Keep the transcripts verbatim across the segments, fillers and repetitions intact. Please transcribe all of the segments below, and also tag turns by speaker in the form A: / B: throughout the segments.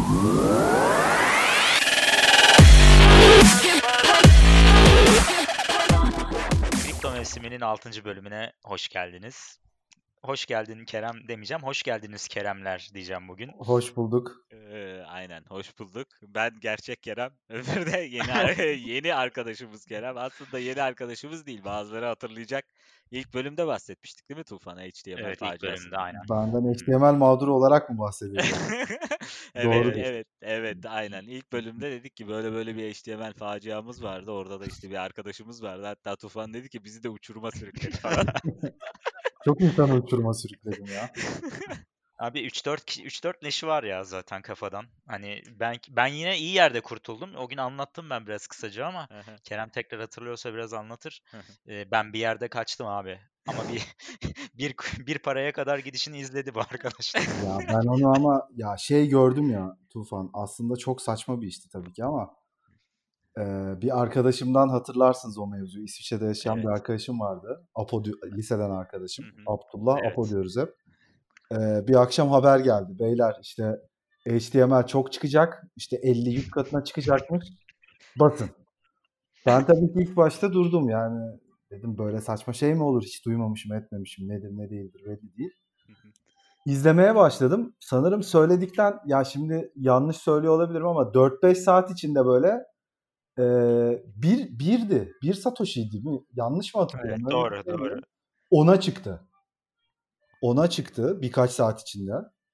A: Kripto mevsiminin altıncı bölümüne hoş geldiniz. Hoş geldin Kerem demeyeceğim. Hoş geldiniz Keremler diyeceğim bugün.
B: Hoş bulduk.
C: Ee, aynen hoş bulduk. Ben gerçek Kerem. Öbürü de yeni ar- yeni arkadaşımız Kerem. Aslında yeni arkadaşımız değil. Bazıları hatırlayacak. İlk bölümde bahsetmiştik değil mi Tufan H T M L
A: Evet, ilk bölümde
C: faciasından?
A: aynen.
B: Benden H T M L mağduru olarak mı bahsediyorsun?
C: Evet,
B: Doğrudur.
C: evet, evet, aynen. İlk bölümde dedik ki böyle böyle bir H T M L faciamız vardı. Orada da işte bir arkadaşımız vardı. Hatta Tufan dedi ki bizi de uçuruma sürükledi falan.
B: Çok insanı uçuruma sürükledim ya.
A: Abi üç dört ki- üç dört neşi var ya zaten kafadan. Hani ben ben yine iyi yerde kurtuldum. O gün anlattım ben biraz kısaca ama Kerem tekrar hatırlıyorsa biraz anlatır. Ee, ben bir yerde kaçtım abi. Ama bir bir bir paraya kadar gidişini izledi bu arkadaşlar.
B: Ya ben onu ama ya şey gördüm ya Tufan, aslında çok saçma bir işti tabii ki ama e, bir arkadaşımdan hatırlarsınız o mevzuyu. İsviçre'de yaşayan bir
A: Evet.
B: arkadaşım vardı. Apo di- liseden arkadaşım.
C: Hı hı.
B: Abdullah, Apo
A: Evet.
B: diyoruz hep. E, bir akşam haber geldi. Beyler işte H T M L çok çıkacak. İşte elli yüz katına çıkacakmış. Basın. Ben tabii ki ilk başta durdum yani. Dedim böyle saçma şey mi olur? Hiç duymamışım, etmemişim. Nedir, ne değildir belli değil. İzlemeye başladım. Sanırım söyledikten, ya şimdi yanlış söylüyor olabilirim ama dört beş saat içinde böyle e, bir birdi. Bir Satoshi'ydi değil mi? Yanlış mı hatırlıyorum?
A: Evet,
B: Öyle
A: doğru,
B: bir şeydi.
A: doğru.
B: Ona çıktı. Ona çıktı birkaç saat içinde.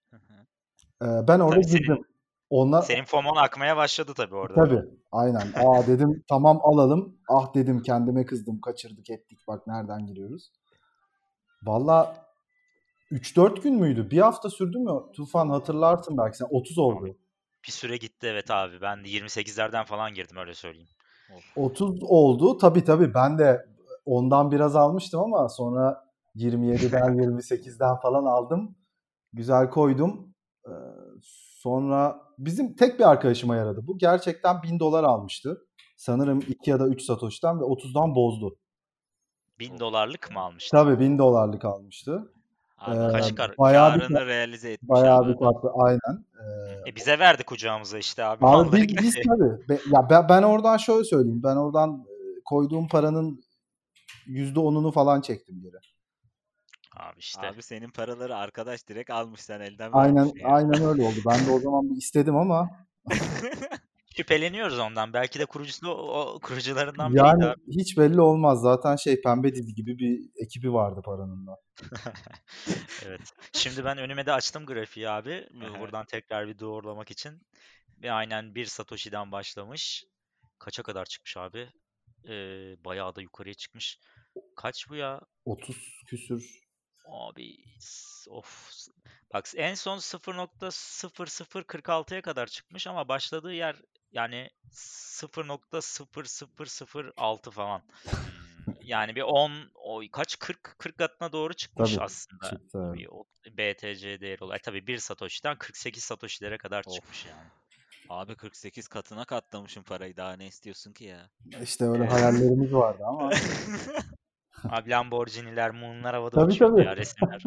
B: E, ben orada
A: Tabii
B: girdim.
A: senin
B: Ona
A: senin FOMO'n akmaya başladı tabii orada.
B: tabii. Aynen. Aa dedim tamam alalım. Ah dedim kendime kızdım. Kaçırdık ettik. Bak nereden giriyoruz. Valla üç dört gün müydü? Bir hafta sürdü mü? Tufan hatırlarsın belki sen. otuz
A: Abi
B: oldu.
A: bir süre gitti evet abi. Ben de yirmi sekizlerden falan girdim öyle söyleyeyim.
B: otuz oldu. Tabii tabii ben de ondan biraz almıştım ama sonra yirmi yediden yirmi sekizden falan aldım. Güzel koydum. Ee, sonra bizim tek bir arkadaşıma yaradı bu. Gerçekten bin dolar almıştı. Sanırım iki ya da üç Satoshi'den ve otuzdan bozdu.
A: Bin dolarlık mı almıştı?
B: Tabii bin dolarlık almıştı. Ee,
C: Abi
A: Kaç
C: tam
A: kar?
B: bayağı bir
C: karını realize etmiş
B: bayağı bir
C: ama adam.
B: tatlı aynen. Ee,
A: E bize verdi kucağımıza işte abi
B: Abi
A: malları
B: biz biz
A: kendi.
B: tabii. Be- ya ben, ben oradan şöyle söyleyeyim. Ben oradan e, koyduğum paranın yüzde onunu falan çektim geri.
A: Abi işte.
C: Abi senin paraları arkadaş direkt almış, sen elden
B: Aynen
C: vermişsin ya.
B: aynen öyle oldu. Ben de o zaman bir istedim ama
A: Şüpheleniyoruz ondan. Belki de kurucusu o, o kurucularından biriydi
B: yani
A: abi.
B: hiç belli olmaz. Zaten şey pembe dizi gibi bir ekibi vardı paranın da.
A: Evet. Şimdi ben önüme de açtım grafiği abi. Bu-
C: Aha.
A: Buradan tekrar bir doğrulamak için. Ve aynen bir Satoshi'den başlamış. Kaça kadar çıkmış abi? Ee, bayağı da yukarıya çıkmış. Kaç bu ya?
B: otuz küsür.
A: Abi s- of. s- Bak en son sıfır nokta sıfır sıfır kırk altıya kadar çıkmış ama başladığı yer yani sıfır nokta sıfır sıfır sıfır altı falan.
C: Hmm.
A: Yani bir on o kaç kırk kırk katına doğru çıkmış
B: Tabii
A: aslında.
B: çıktı. Evet.
A: Bir o B T C değeri olarak. Tabii bir Satoshi'den kırk sekiz Satoshi'lere kadar çıkmış
C: Of.
A: yani.
C: Abi kırk sekiz katına katlamışım parayı. Daha ne istiyorsun ki ya?
B: İşte öyle
A: Evet.
B: hayallerimiz vardı ama.
A: Abi Lamborghini'ler, Moon'lar havada
B: Tabii
A: uçuyordu
B: tabii.
A: ya resimler.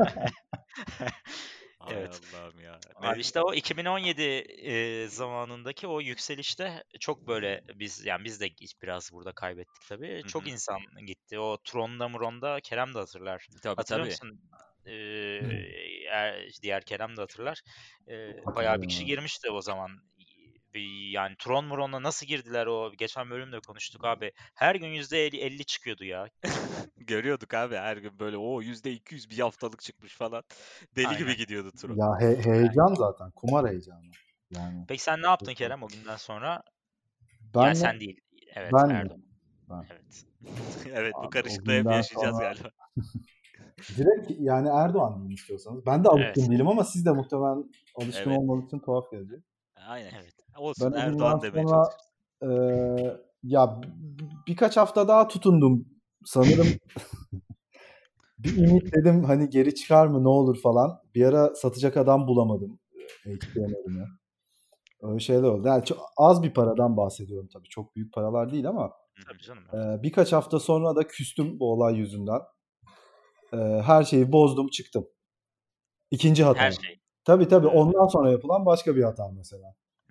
C: Hay
A: Evet.
C: Allah'ım ya.
A: Abi
C: Ne?
A: işte o iki bin on yedi e, zamanındaki o yükselişte çok böyle biz yani biz de biraz burada kaybettik tabii.
C: Hı
A: Çok
C: hı.
A: insan gitti. O Tron'da Muron'da Kerem de hatırlar.
C: Tabii
A: Hatırlıyor
C: tabii.
A: musun? Ee, er- diğer Kerem de hatırlar. Ee, bayağı bir kişi
B: Hatırlıyorum.
A: girmişti o zaman. Bir- Yani Tron Muron'la nasıl girdiler o? Geçen bölümde konuştuk abi. Her gün yüzde elli elli çıkıyordu ya.
C: Görüyorduk abi her gün böyle o yüzde iki yüz bir haftalık çıkmış falan. Deli gibi
A: Aynen.
C: gidiyordu Tron.
B: Ya he- heyecan zaten. Kumar heyecanı. Yani.
A: Peki sen ne yaptın Kerem o günden sonra? Yani
B: Ben
A: sen değil. Evet,
B: ben mi?
A: Erdoğan.
B: Ben.
A: Evet.
C: Evet, bu
B: Abi o
C: karışıklığı hep
B: günden
C: yaşayacağız
B: sonra
C: galiba.
B: direkt yani Erdoğan diyeyim istiyorsanız. Ben de
A: Evet.
B: alışkın değilim ama siz de muhtemelen alışkın
C: Evet.
B: olmanız için tuhaf gelecek.
C: Aynen.
A: Evet.
B: Ben
C: Olsun,
B: o günden
C: Erdoğan demeye
B: sonra
C: çalışırız.
B: eee, ya b- birkaç hafta daha tutundum. Sanırım bir ümit dedim hani geri çıkar mı ne olur falan. Bir ara satacak adam bulamadım H T M L'imi. Öyle şeyler oldu. Yani çok az bir paradan bahsediyorum tabii. Çok büyük paralar değil ama
C: Hı hı.
A: Tabii canım. Evet.
B: eee, birkaç hafta sonra da küstüm bu olay yüzünden. Eee, her şeyi bozdum çıktım. İkinci hata.
A: Her şey.
B: Tabii tabii
C: Evet.
B: ondan sonra yapılan başka bir hata mesela.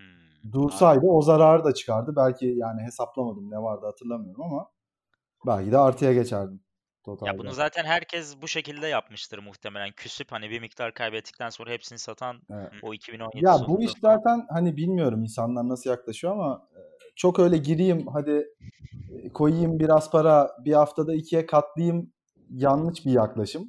B: dursaydı o zararı da çıkardı. Belki yani hesaplamadım ne vardı hatırlamıyorum ama belki de artıya geçerdim totalde.
A: Ya bunu zaten herkes bu şekilde yapmıştır muhtemelen. Küsüp hani bir miktar kaybettikten sonra hepsini satan
B: Evet.
A: o iki bin on yedi
B: Ya bu
A: sonunda
B: iş
A: falan.
B: zaten hani bilmiyorum insanlar nasıl yaklaşıyor ama e, çok öyle gireyim hadi e, koyayım biraz para bir haftada ikiye katlayayım yanlış bir yaklaşım.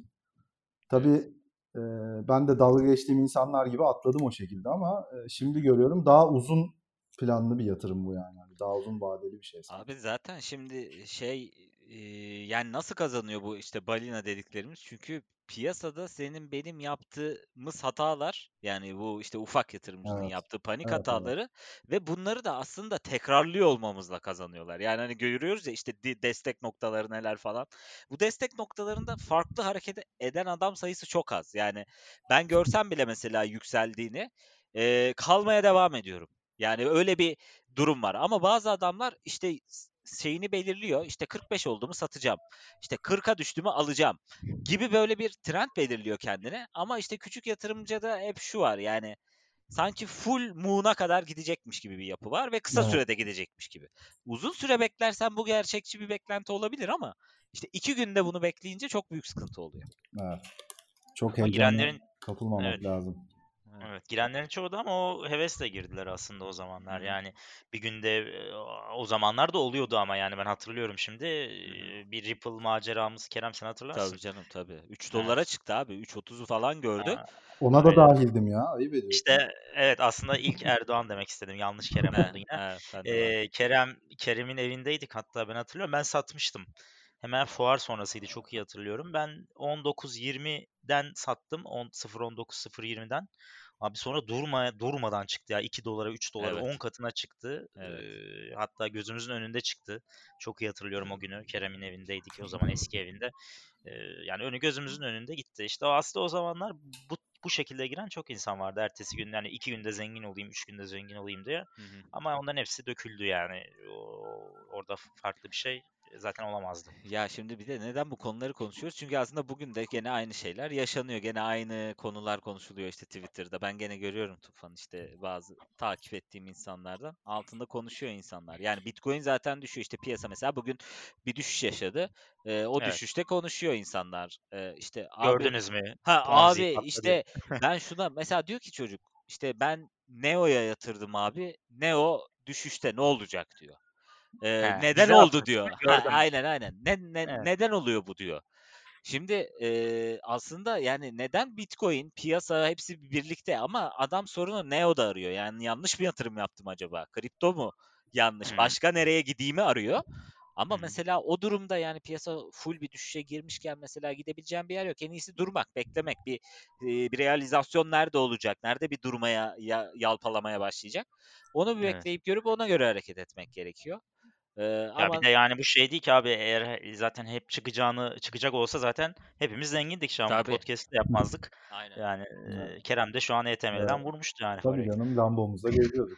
B: Tabii e, ben de dalga geçtiğim insanlar gibi atladım o şekilde ama e, şimdi görüyorum daha uzun planlı bir yatırım bu yani. Yani daha uzun vadeli bir şey sanki.
C: Abi zaten şimdi şey e, yani nasıl kazanıyor bu işte balina dediklerimiz? Çünkü piyasada senin benim yaptığımız hatalar yani bu işte ufak yatırımcının
B: Evet.
C: yaptığı panik
B: Evet, evet.
C: hataları ve bunları da aslında tekrarlıyor olmamızla kazanıyorlar. Yani hani görüyoruz ya işte de- destek noktaları neler falan. Bu destek noktalarında farklı hareket eden adam sayısı çok az. Yani ben görsem bile mesela yükseldiğini e, kalmaya devam ediyorum. Yani öyle bir durum var. Ama bazı adamlar işte şeyini belirliyor. İşte kırk beş oldu mu satacağım. İşte kırka düştü mü alacağım gibi böyle bir trend belirliyor kendine. Ama işte küçük yatırımcıda hep şu var yani sanki full moon'a kadar gidecekmiş gibi bir yapı var ve kısa
B: Evet.
C: sürede gidecekmiş gibi. Uzun süre beklersen bu gerçekçi bir beklenti olabilir ama işte iki günde bunu bekleyince çok büyük sıkıntı oluyor.
B: Evet. Çok
A: Ama
B: heyecana
A: girenlerin
B: kapılmamak
A: evet.
B: lazım.
A: Evet, girenlerin çoğu da ama o hevesle girdiler aslında o zamanlar.
C: Hı hı.
A: Yani bir günde e, o zamanlar da oluyordu ama yani ben hatırlıyorum şimdi
C: Hı hı.
A: e, bir Ripple maceramız Kerem sen hatırlarsın.
C: Tabii canım tabii. üç dolara
A: Evet.
C: çıktı abi. üç otuzu falan gördü.
A: Aa,
B: Ona da
A: aynen.
B: dahildim ya. Ayıp ediyorsun.
A: İşte evet aslında ilk Erdoğan demek istedim. Yanlış Kerem
C: He,
A: oldu yine.
C: he, ben de var.
A: Ee, Kerem Kerem'in evindeydik hatta ben hatırlıyorum. Ben satmıştım. Hemen fuar sonrasıydı çok iyi hatırlıyorum. Ben on dokuz yirmiden sattım. on sıfır on dokuz sıfır yirmiden. Abi sonra durma durmadan çıktı ya. iki dolara üç dolara on
C: Evet.
A: katına çıktı.
C: Evet.
A: Ee, hatta gözümüzün önünde çıktı. Çok iyi hatırlıyorum o günü. Kerem'in evindeydik o zaman eski evinde. Ee, yani önü gözümüzün önünde gitti. İşte o aslında o zamanlar bu bu şekilde giren çok insan vardı. Ertesi gün yani iki günde zengin olayım, üç günde zengin olayım diye.
C: Hı hı.
A: Ama onların hepsi döküldü yani. O, orada farklı bir şey zaten olamazdı.
C: Ya şimdi bir de neden bu konuları konuşuyoruz? Çünkü aslında bugün de gene aynı şeyler yaşanıyor. Gene aynı konular konuşuluyor işte Twitter'da. Ben gene görüyorum Tufan işte bazı takip ettiğim insanlardan. Altında konuşuyor insanlar. Yani Bitcoin zaten düşüyor. İşte piyasa mesela bugün bir düşüş yaşadı. Ee, o
A: Evet.
C: düşüşte konuşuyor insanlar. Ee, işte abi
A: Gördünüz mü?
C: ha
A: Ponzi
C: abi
A: patladı.
C: işte ben şuna mesela diyor ki çocuk işte ben Neo'ya yatırdım abi. Neo düşüşte ne olacak diyor. Eee,
A: He,
C: neden
A: bize
C: oldu
A: atmışsın
C: diyor. Ha,
A: gördüm.
C: aynen aynen. Ne, ne,
A: Evet.
C: neden oluyor bu diyor. Şimdi eee, aslında yani neden Bitcoin, piyasa hepsi birlikte ama adam sorunu Neo'da arıyor. Yani yanlış mı yatırım yaptım acaba? Kripto mu yanlış?
A: Hı,
C: Başka nereye gideyimi arıyor. Ama
A: hı.
C: mesela o durumda yani piyasa full bir düşüşe girmişken mesela gidebileceğim bir yer yok. En iyisi durmak, beklemek. Bir eee, bir realizasyon nerede olacak? Nerede bir durmaya, ya- yalpalamaya başlayacak? Onu bir
A: Evet.
C: bekleyip görüp ona göre hareket etmek gerekiyor. Eee,
A: Ya bir
C: ama
A: de yani bu şey değil ki abi eğer he- zaten hep çıkacağını çıkacak olsa zaten hepimiz zengindik şu an bu
C: tabii.
A: podcast'ı da yapmazdık.
C: Aynen.
A: Yani
B: Evet.
A: e, Kerem de şu an E T M'den
B: Evet.
A: vurmuştu yani
B: Tabii
A: parayı.
B: canım Lambo'muzda geziyorduk.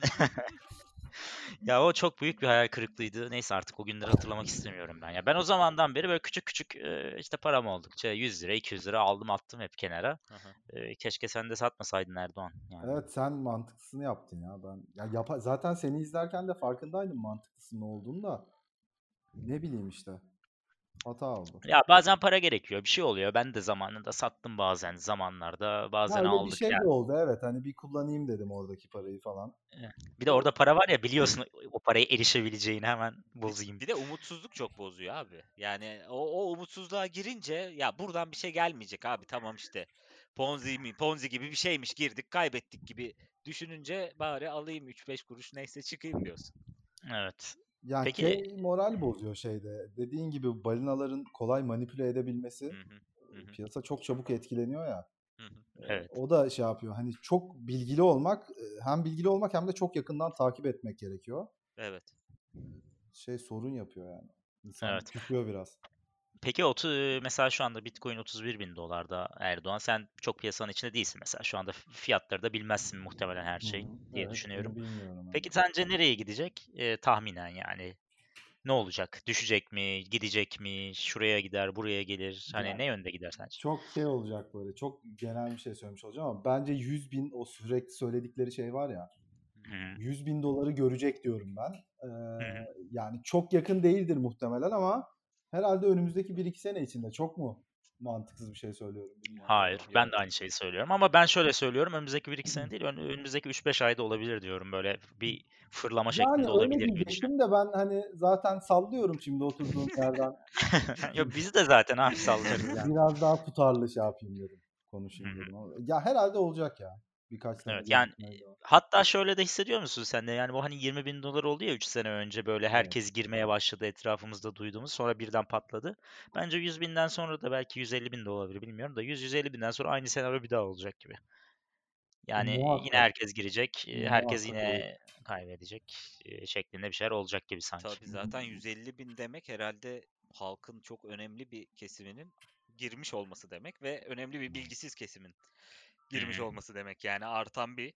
A: Ya o çok büyük bir hayal kırıklığıydı. Neyse artık o günleri hatırlamak istemiyorum ben. Ya ben o zamandan beri böyle küçük küçük e, işte param oldukça yüz lira iki yüz lira aldım attım hep kenara.
C: Hı hı.
A: E, keşke sen de satmasaydın Erdoğan yani.
B: Evet sen mantıklısını yaptın ya ben. Ya yapa- zaten seni izlerken de farkındaydım mantıklısının olduğunu da. Ne bileyim işte. Hata oldu.
A: Ya bazen para gerekiyor bir şey oluyor. Ben de zamanında sattım bazen zamanlarda
B: Ya
A: bazen
B: öyle bir
A: aldık
B: şey de
A: yani.
B: oldu evet. Hani bir kullanayım dedim oradaki parayı falan.
A: Eh, Bir de orada para var ya biliyorsun o paraya erişebileceğini hemen
C: Bir,
A: bozayım.
C: bir de umutsuzluk çok bozuyor abi. Yani o, o umutsuzluğa girince ya buradan bir şey gelmeyecek abi tamam işte. Ponzi mi Ponzi gibi bir şeymiş girdik kaybettik gibi düşününce bari alayım üç beş kuruş neyse çıkayım diyorsun.
A: Evet.
B: Ya
A: Peki
B: şey moral bozuyor şeyde. Dediğin gibi balinaların kolay manipüle edebilmesi
C: Hı hı. Hı hı.
B: piyasa çok çabuk etkileniyor ya.
C: Hı hı.
B: E,
A: evet.
B: O da şey yapıyor. Hani çok bilgili olmak e, hem bilgili olmak hem de çok yakından takip etmek gerekiyor.
C: Evet.
B: Şey sorun yapıyor yani. İnsan
A: Evet.
B: küsüyor biraz.
A: Peki otu mesela şu anda Bitcoin otuz bir bin dolarda Erdoğan. Sen çok piyasanın içinde değilsin mesela. Şu anda fiyatları da bilmezsin muhtemelen her
B: Hı hı.
A: şeyin diye
B: Evet
A: düşünüyorum.
B: onu bilmiyorum.
A: Peki
B: Evet.
A: sence nereye gidecek? E, tahminen yani. Ne olacak? Düşecek mi? Gidecek mi? Şuraya gider, buraya gelir. Hani
B: Ya
A: ne yönde gider sence?
B: çok şey olacak böyle. Çok genel bir şey söylemiş olacağım ama bence yüz bin o sürekli söyledikleri şey var ya.
A: Hı.
B: yüz bin doları görecek diyorum ben. Ee,
A: Hı hı.
B: yani çok yakın değildir muhtemelen ama herhalde önümüzdeki bir iki sene içinde. Çok mu mantıksız bir şey söylüyorum bilmiyorum.
A: Hayır.
C: Yo,
A: Ben
C: yo.
A: de aynı şeyi söylüyorum ama ben şöyle söylüyorum. Önümüzdeki bir iki sene değil, ön- önümüzdeki üç beş ayda olabilir diyorum. Böyle bir fırlama
B: Yani
A: şeklinde
B: öyle
A: olabilir geçişi.
B: diyecektim de ben hani zaten sallıyorum şimdi oturduğum yerden.
A: Yok biz de zaten abi salacağız yani.
B: Biraz daha tutarlı şey yapayım dedim.
A: Hı
B: Konuşayım
A: hı.
B: dedim. Ya herhalde olacak ya. Birkaç sene
A: Evet yani
B: gecikmeye devam.
A: hatta şöyle de hissediyor musun sen de? Yani bu hani yirmi bin dolar oldu ya üç sene önce böyle
B: Evet.
A: herkes girmeye başladı etrafımızda duyduğumuz sonra birden patladı. Bence yüz binden sonra da belki yüz elli bin de olabilir bilmiyorum da yüz yüz elli binden sonra aynı senaryo bir daha olacak gibi. Yani yine
B: Muhakkak.
A: herkes girecek, e, herkes
B: Muhakkak olur.
A: yine kaybedecek e, şeklinde bir şeyler olacak gibi sanki.
C: Tabii zaten yüz elli bin demek herhalde halkın çok önemli bir kesiminin girmiş olması demek ve önemli bir bilgisiz kesimin
A: Hı
C: girmiş
A: hı.
C: olması demek. Yani artan bir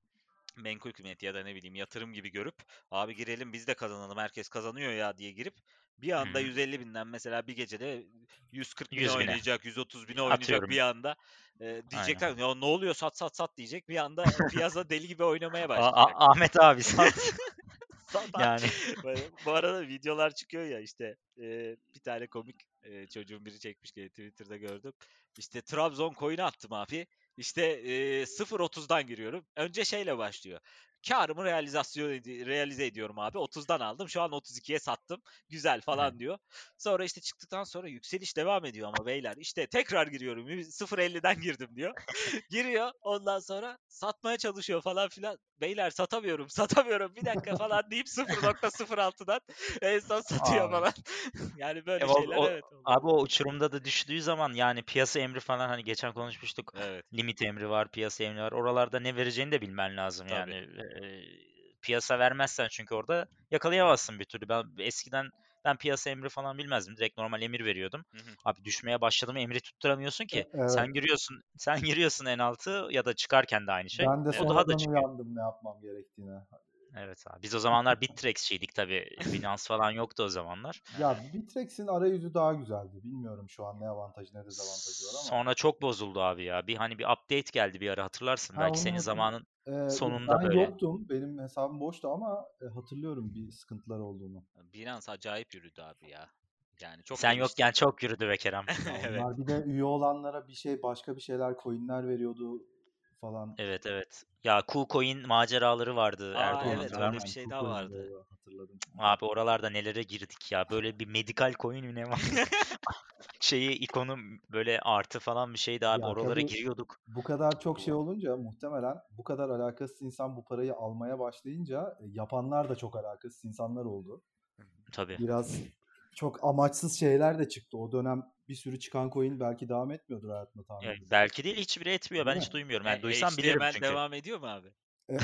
C: menkul kıymet ya da ne bileyim yatırım gibi görüp abi girelim biz de kazanalım herkes kazanıyor ya diye girip bir
A: Hı
C: anda
A: hı.
C: yüz elli binden mesela bir gecede yüz kırk bine
A: yüz bine
C: oynayacak, yüz otuz bine oynayacak bir
A: atıyorum.
C: anda e,
A: Aynen.
C: diyecekler ya ne oluyor sat sat sat diyecek bir anda piyasa deli gibi oynamaya
A: A-
C: başlayacak.
A: A- Ahmet abi sat.
C: Satan.
A: Yani.
C: Böyle, bu arada videolar çıkıyor ya işte e, bir tane komik e, çocuğun biri çekmiş ki Twitter'da gördüm. İşte Trabzon coin'i attım abi. İşte e, sıfır otuzdan giriyorum. Önce şeyle başlıyor. Karımı realizasyon edi- realize ediyorum abi. otuzdan aldım. Şu an otuz ikiye sattım. Güzel
A: Hı.
C: falan diyor. Sonra işte çıktıktan sonra yükseliş devam ediyor ama beyler. İşte tekrar giriyorum. sıfır elliden girdim diyor. Giriyor ondan sonra satmaya çalışıyor falan filan. Beyler satamıyorum satamıyorum bir dakika falan deyip sıfır nokta sıfır altıdan en son satıyor
A: Abi.
C: falan. Yani
A: E,
C: böyle
A: o,
C: şeyler
A: o-
C: evet oluyor.
A: abi o uçurumda da düştüğü zaman yani piyasa emri falan hani geçen konuşmuştuk.
C: Evet
A: Limit emri var, piyasa emri var. Oralarda ne vereceğini de bilmen lazım yani.
C: tabii.
A: E, piyasa vermezsen çünkü orada yakalayamazsın bir türlü. Ben eskiden ben piyasa emri falan bilmezdim. Direkt normal emir veriyordum.
C: Hı hı.
A: Abi düşmeye başladı mı emri tutturamıyorsun
B: E-
A: ki.
B: Evet.
A: Sen giriyorsun, sen giriyorsun en altı ya da çıkarken de aynı şey.
B: Ben de
A: O daha da
B: sonradan
A: çıkıyor.
B: uyandım ne yapmam gerektiğine.
A: Evet abi. Biz o zamanlar Bittrex'çiydik tabii. Binance falan yoktu o zamanlar.
B: Ya Bitrex'in arayüzü daha güzeldi. Bilmiyorum şu an ne avantajı ne dezavantajı var ama.
A: Sonra çok bozuldu abi ya. Bir hani bir update geldi bir ara hatırlarsın.
B: Ha
A: Belki
B: onu
A: senin
B: hatırlıyorum.
A: zamanın
B: Ee,
A: sonunda
B: ben
A: böyle.
B: yoktum. Benim hesabım boştu ama e, hatırlıyorum bir sıkıntılar olduğunu.
C: Binance acayip yürüdü abi ya. Yani çok
A: Sen yokken
C: geliştirdi.
A: çok yürüdü be Kerem.
B: Ya
C: Evet.
B: onlar bir de üye olanlara bir şey başka bir şeyler coinler veriyordu falan.
A: Evet evet. Ya KuCoin maceraları vardı
C: Aa
A: Erdoğan
C: evet
B: KuCoin
C: öyle bir
A: hatırlar
B: aynen
C: şey daha
B: KuCoin
C: vardı.
B: doğru hatırladım şimdi.
A: Abi oralarda nelere girdik ya. Böyle bir medikal coin mi ne vardı? Şeyi ikonu böyle artı falan bir şeydi abi.
B: Ya
A: Oralara
B: tabii
A: giriyorduk.
B: bu kadar çok şey
A: Allah.
B: olunca muhtemelen bu kadar alakasız insan bu parayı almaya başlayınca e, yapanlar da çok alakasız insanlar oldu.
A: Tabii.
B: Biraz çok amaçsız şeyler de çıktı. O dönem bir sürü çıkan coin belki devam etmiyordur hayatında tahmin
A: Ya
B: ediyorum.
A: belki değil hiçbiri etmiyor.
B: Değil
A: Ben
B: mi?
A: hiç duymuyorum. Yani
C: E,
A: duysam bilirim
C: H T M L
A: çünkü.
C: devam ediyor mu abi?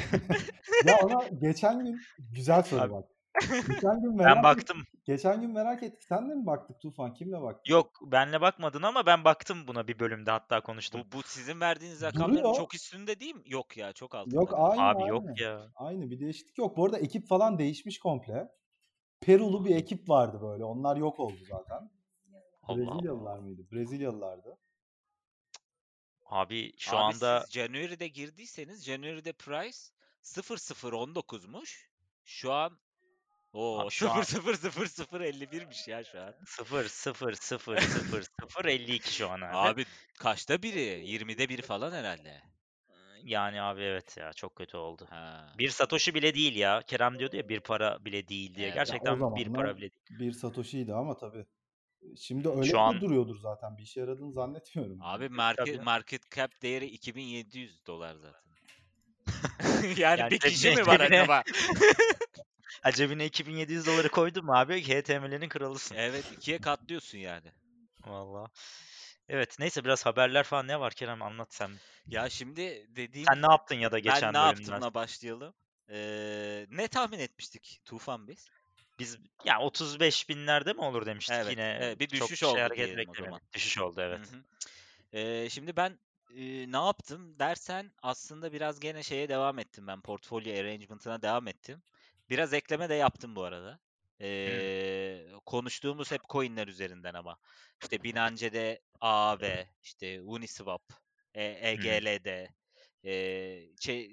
B: Ya ona geçen gün güzel soru
A: Abi
B: bak. Geçen gün
A: ben
B: merak ettik.
A: baktım.
B: Geçen gün merak ettik. Sen de mi baktık Tufan? Kimle baktık?
A: Yok benle bakmadın ama ben baktım buna bir bölümde hatta konuştum.
C: Bu bu sizin verdiğiniz rakamların
B: Duruyor.
C: çok üstünde değil mi? Yok ya çok
B: Yok
C: altında galiba.
B: aynı
A: Abi yok
B: aynı.
A: ya.
B: Aynı bir değişiklik yok. Bu arada ekip falan değişmiş komple. Perulu bir ekip vardı böyle. Onlar yok oldu zaten.
A: Allah
B: Brezilyalılar
A: Allah.
B: mıydı? Brezilyalılardı.
A: Abi şu
C: Abi
A: anda
C: siz January'de girdiyseniz January'de price sıfır sıfır on dokuzmuş. Şu an o
A: abi şu
C: sıfır
A: an
C: sıfır sıfır sıfır elli birmiş ya şu an.
A: sıfır sıfır sıfır sıfır sıfır elli iki şu an abi.
C: Abi kaçta biri? yirmide biri falan herhalde.
A: Yani abi evet ya çok kötü oldu.
C: Ha,
A: Bir Satoshi bile değil ya. Kerem diyordu ya bir para bile değil diye.
C: evet.
B: Ya o
A: Gerçekten bir
B: zamanlar
A: para bile değil.
B: bir Satoshi'ydi ama tabii. Şimdi öyle
A: Şu
B: de
A: an
B: duruyordur zaten. Bir işe yaradığını zannetmiyorum yani.
C: Abi
A: e, tabii.
C: market market cap değeri iki bin yedi yüz dolar zaten. Yani
A: Yani
C: bir kişi
A: cebine
C: mi var
A: cebine
C: acaba?
A: ha, cebine iki bin yedi yüz doları koydun mu abi? H T M L'nin kralısın.
C: Evet ikiye katlıyorsun yani.
A: Vallahi. Evet neyse biraz haberler falan ne var Kerem anlat sen.
C: Ya şimdi dediğim
A: Sen ne yaptın ya da
C: ben ne
A: geçen bölümden?
C: yaptımla başlayalım. Ee, ne tahmin etmiştik Tufan biz?
A: Biz ya otuz beş binlerde mi olur demiştik.
C: Evet,
A: Yine
C: evet bir
A: çok
C: düşüş
A: şey
C: oldu
A: hareket
C: diyelim o zaman.
A: beklemedik. Düşüş oldu
C: Hı
A: evet.
C: hı. Ee, şimdi ben e, ne yaptım dersen aslında biraz gene şeye devam ettim ben. Portfolyo arrangement'ına devam ettim. Biraz ekleme de yaptım bu arada.
A: Hı,
C: Ee, konuştuğumuz hep coin'ler üzerinden ama. İşte Binance'de A A V, işte Uniswap, e,
A: hı,
C: EGLD, e, şey,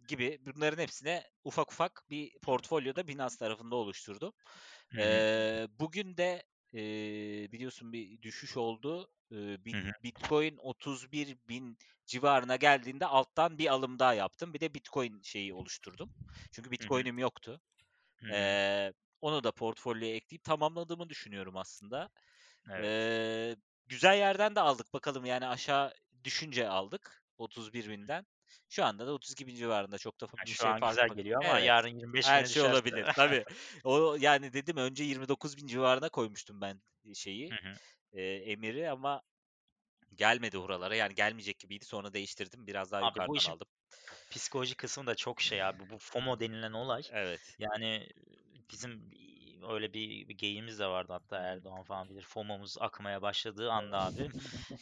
C: gibi bunların hepsine ufak ufak bir portfolyoda Binance tarafında oluşturdum.
A: Hı hı.
C: Ee, bugün de e, biliyorsun bir düşüş oldu. Ee, bit,
A: Hı hı.
C: Bitcoin otuz bir bin civarına geldiğinde alttan bir alım daha yaptım. Bir de Bitcoin şeyi oluşturdum. Çünkü
A: Hı hı.
C: Bitcoin'im yoktu.
A: Hı hı.
C: Ee, onu da portfolyoya ekleyip tamamladığımı düşünüyorum aslında.
A: Evet.
C: Ee, güzel yerden de aldık bakalım, yani aşağı düşünce aldık otuz bir binden. Şu anda da otuz iki bin civarında, çok da
A: Ya
C: bir
A: şu
C: şey
A: an
C: fark
A: güzel
C: bak.
A: geliyor ama
C: Evet.
A: yarın yirmi beş
C: Her
A: bine
C: şey
A: düşerse.
C: olabilir. Tabii. O yani dedim önce yirmi dokuz bin civarına koymuştum ben şeyi,
A: Hı hı.
C: e, emiri, ama gelmedi buralara. Yani gelmeyecek gibiydi. Sonra değiştirdim. Biraz daha
A: Abi bu
C: yukarıdan
A: işin
C: aldım.
A: psikolojik kısmı da çok şey abi. Bu FOMO denilen olay.
C: Evet.
A: Yani bizim öyle bir, bir geyiğimiz de vardı, hatta Erdoğan falan bilir. FOMO'muz akmaya başladığı anda abi.